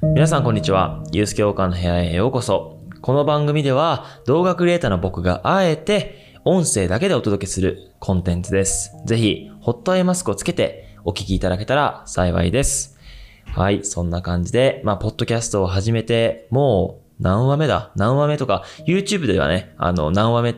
皆さんこんにちは。ゆうすけおかの部屋へようこそ。この番組では動画クリエイターの僕があえて音声だけでお届けするコンテンツです。ぜひホットアイマスクをつけてお聞きいただけたら幸いです。はい、そんな感じで、ポッドキャストを始めてもう何話目とか、YouTube ではね、何話目って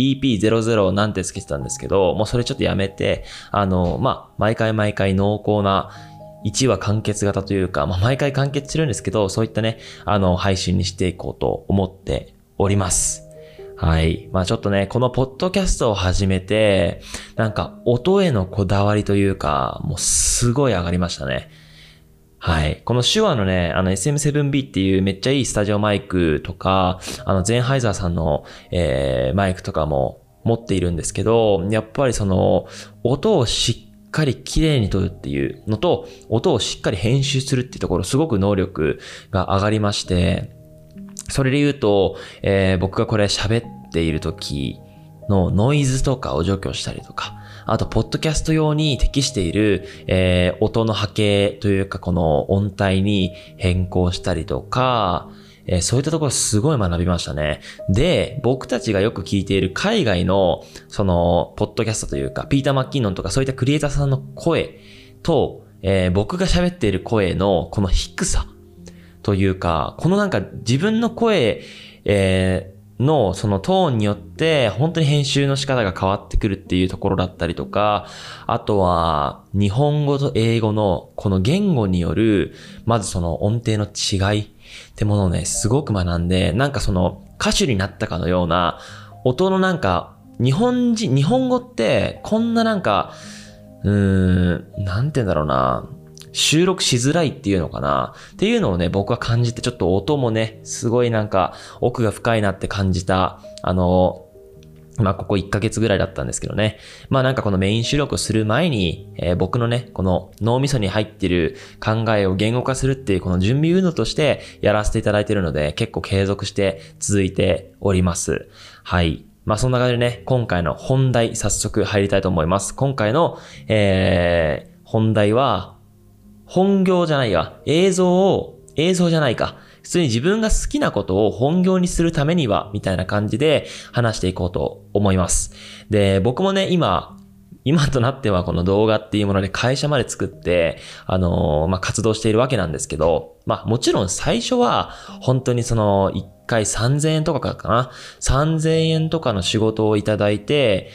EP00 なんてつけてたんですけど、もうそれちょっとやめて、毎回濃厚な1話完結型というか、毎回完結するんですけど、そういったね、配信にしていこうと思っております。はい。ちょっとね、このポッドキャストを始めて、音へのこだわりというか、もうすごい上がりましたね。はい。この手話のね、SM7B っていうめっちゃいいスタジオマイクとか、ゼンハイザーさんの、マイクとかも持っているんですけど、やっぱりその、音をしっかり綺麗に撮るっていうのと、音をしっかり編集するっていうところ、すごく能力が上がりまして、それで言うと、僕がこれ喋っている時のノイズとかを除去したりとか、あと、ポッドキャスト用に適している、音の波形というか、この音帯に変更したりとか、そういったところすごい学びましたね。で、僕たちがよく聞いている海外の、その、ポッドキャストというか、ピーター・マッキンノンとかそういったクリエイターさんの声と、僕が喋っている声のこの低さというか、この自分の声、のそのトーンによって本当に編集の仕方が変わってくるっていうところだったりとか、あとは日本語と英語のこの言語によるまずその音程の違いってものをねすごく学んで、その歌手になったかのような音の日本語ってこんななんて言うんだろうな、収録しづらいっていうのかなっていうのをね、僕は感じて、ちょっと音もね、すごい奥が深いなって感じた、ここ1ヶ月ぐらいだったんですけどね。このメイン収録をする前に、僕のね、この脳みそに入ってる考えを言語化するっていうこの準備運動としてやらせていただいているので、結構継続して続いております。はい。そんな感じでね、今回の本題早速入りたいと思います。今回の、本題は、本業じゃないわ。映像じゃないか。普通に自分が好きなことを本業にするためには、みたいな感じで話していこうと思います。で、僕もね、今となってはこの動画っていうもので会社まで作って、活動しているわけなんですけど、もちろん最初は、本当にその、1回3000円とかかな。3000円とかの仕事をいただいて、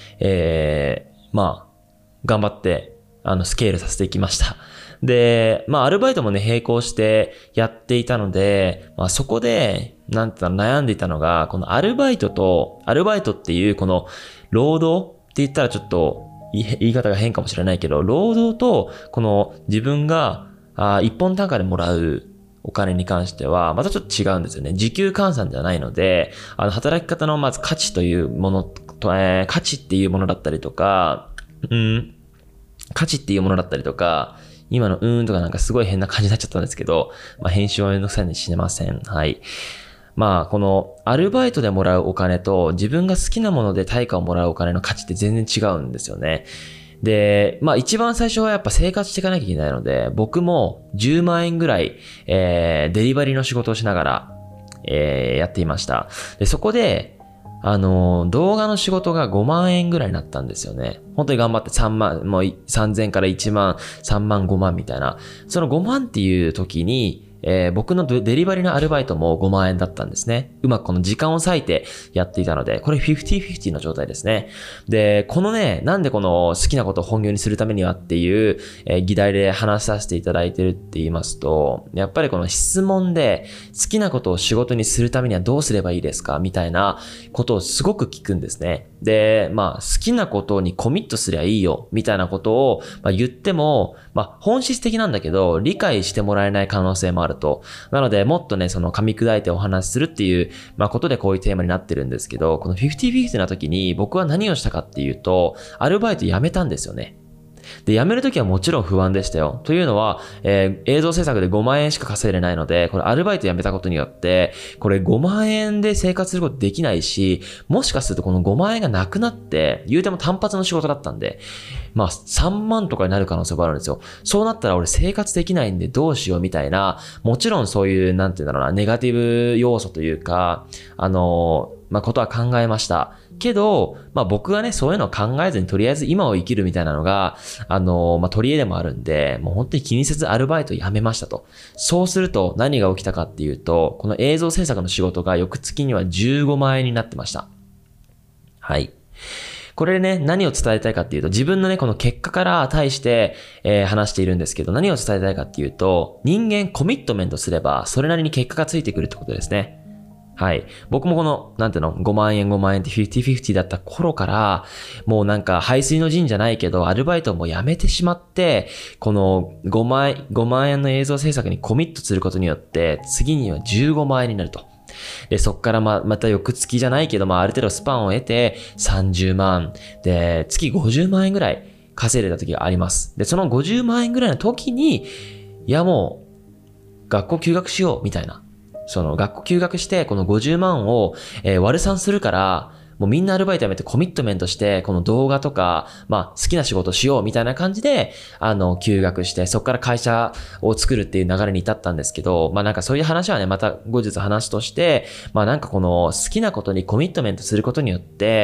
頑張って、スケールさせていきました。で、アルバイトもね、並行してやっていたので、そこで、悩んでいたのが、このアルバイトっていうこの、労働って言ったらちょっと、言い方が変かもしれないけど、労働と、この自分が、一本単価でもらうお金に関しては、またちょっと違うんですよね。時給換算じゃないので、働き方のまず価値というものと、価値っていうものだったりとか、今のとかすごい変な感じになっちゃったんですけど、編集はめんどくさいんでしません。はい。このアルバイトでもらうお金と自分が好きなもので対価をもらうお金の価値って全然違うんですよね。で、一番最初はやっぱ生活していかなきゃいけないので、僕も10万円ぐらい、デリバリーの仕事をしながら、やっていました。で、そこで、動画の仕事が5万円ぐらいになったんですよね。本当に頑張ってもう3000から1万、3万、5万みたいな。その5万っていう時に、僕のデリバリーのアルバイトも5万円だったんですね。うまくこの時間を割いてやっていたので、これ50-50の状態ですね。で、このね、なんでこの好きなことを本業にするためにはっていう、議題で話させていただいてるって言いますと、やっぱりこの質問で好きなことを仕事にするためにはどうすればいいですかみたいなことをすごく聞くんですね。で、好きなことにコミットすりゃいいよみたいなことを、言っても、本質的なんだけど理解してもらえない可能性もあると。なので、もっとね、その噛み砕いてお話しするっていう、ことでこういうテーマになってるんですけど、この50-50な時に僕は何をしたかっていうと、アルバイト辞めたんですよね。 で、辞めるときはもちろん不安でしたよ。というのは、映像制作で5万円しか稼いでないので、これアルバイト辞めたことによって、これ5万円で生活することできないし、もしかするとこの5万円がなくなって、言うても単発の仕事だったんで、まあ3万とかになる可能性があるんですよ。そうなったら俺生活できないんでどうしようみたいな、もちろんそういう、なんていうんだろうな、ネガティブ要素というか、ことは考えました。けど、僕はね、そういうのを考えずにとりあえず今を生きるみたいなのが、取り柄でもあるんで、もう本当に気にせずアルバイト辞めましたと。そうすると何が起きたかっていうと、この映像制作の仕事が翌月には15万円になってました。はい。これね、何を伝えたいかっていうと、自分のね、この結果から対して、話しているんですけど、何を伝えたいかっていうと、人間コミットメントすれば、それなりに結果がついてくるってことですね。はい。僕もこの、5万円って50-50だった頃から、もうなんか排水の陣じゃないけど、アルバイトも辞めてしまって、この5万円の映像制作にコミットすることによって、次には15万円になると。で、そっからまた翌月じゃないけど、ある程度スパンを得て30万。で、月50万円ぐらい稼いでた時があります。で、その50万円ぐらいの時に、いやもう、学校休学しよう、みたいな。その学校休学してこの50万を、割る算するから、もうみんなアルバイト辞めてコミットメントして、この動画とか、好きな仕事しようみたいな感じで、休学して、そこから会社を作るっていう流れに至ったんですけど、なんかそういう話はね、また後日話として、なんかこの好きなことにコミットメントすることによって、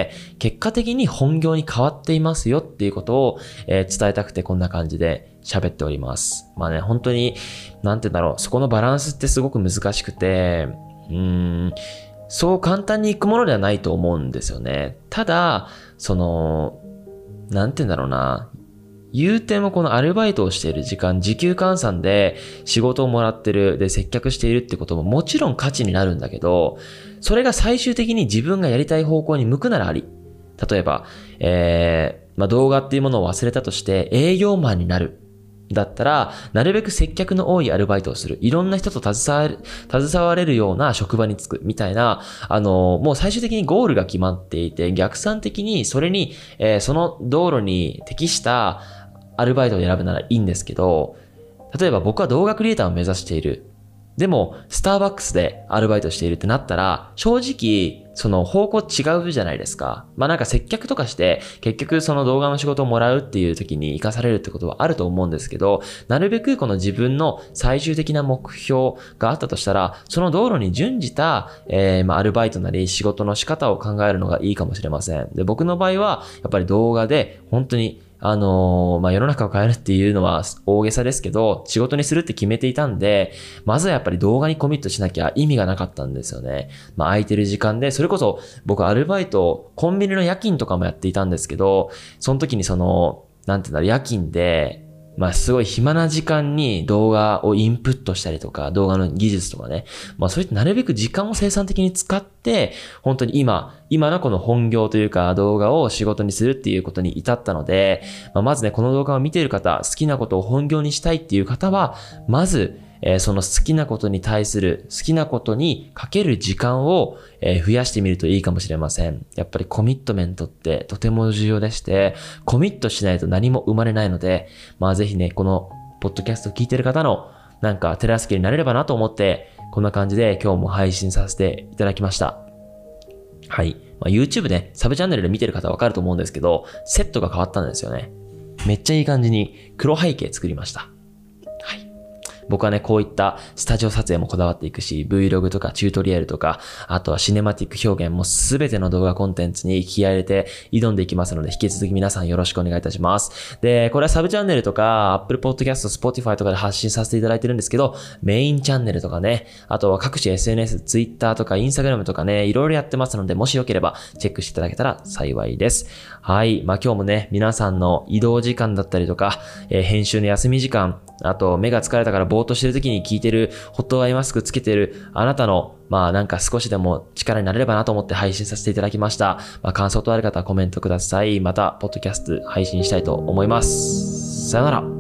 結果的に本業に変わっていますよっていうことを、伝えたくてこんな感じで喋っております。本当に、なんて言うんだろう、そこのバランスってすごく難しくて、そう簡単にいくものではないと思うんですよね。ただ、なんて言うんだろうな。言うてもこのアルバイトをしている時間、時給換算で仕事をもらってる、で接客しているってことももちろん価値になるんだけど、それが最終的に自分がやりたい方向に向くならあり。例えば、動画っていうものを忘れたとして営業マンになる。だったら、なるべく接客の多いアルバイトをする。いろんな人と携われるような職場に就く。みたいな、もう最終的にゴールが決まっていて、逆算的にそれに、その道路に適したアルバイトを選ぶならいいんですけど、例えば僕は動画クリエイターを目指している。でも、スターバックスでアルバイトしているってなったら、正直、その方向違うじゃないですか。なんか接客とかして、結局その動画の仕事をもらうっていう時に活かされるってことはあると思うんですけど、なるべくこの自分の最終的な目標があったとしたら、その道路に準じた、アルバイトなり仕事の仕方を考えるのがいいかもしれません。で、僕の場合は、やっぱり動画で本当に世の中を変えるっていうのは大げさですけど、仕事にするって決めていたんで、まずはやっぱり動画にコミットしなきゃ意味がなかったんですよね。空いてる時間で、それこそ僕アルバイト、コンビニの夜勤とかもやっていたんですけど、その時に夜勤で、すごい暇な時間に動画をインプットしたりとか、動画の技術とかね。そういったなるべく時間を生産的に使って、本当に今のこの本業というか動画を仕事にするっていうことに至ったので、まずね、この動画を見ている方、好きなことを本業にしたいっていう方は、まず、その好きなことに対する、好きなことにかける時間を増やしてみるといいかもしれません。やっぱりコミットメントってとても重要でして、コミットしないと何も生まれないので、ぜひね、このポッドキャストを聞いている方のなんか手助けになれればなと思って、こんな感じで今日も配信させていただきました。はい。YouTube ね、サブチャンネルで見てる方はわかると思うんですけど、セットが変わったんですよね。めっちゃいい感じに黒背景作りました。僕はね、こういったスタジオ撮影もこだわっていくし、Vlog とかチュートリアルとか、あとはシネマティック表現もすべての動画コンテンツに気合い入れて挑んでいきますので、引き続き皆さんよろしくお願いいたします。で、これはサブチャンネルとか、Apple Podcast、Spotify とかで発信させていただいてるんですけど、メインチャンネルとかね、あとは各種 SNS、Twitter とか Instagram とかね、いろいろやってますので、もしよければチェックしていただけたら幸いです。はい。今日もね、皆さんの移動時間だったりとか、編集の休み時間、あと目が疲れたからぼーっとしてる時に聞いてるホットアイマスクつけてるあなたのなんか少しでも力になれればなと思って配信させていただきました。感想とある方はコメントください。またポッドキャスト配信したいと思います。さよなら。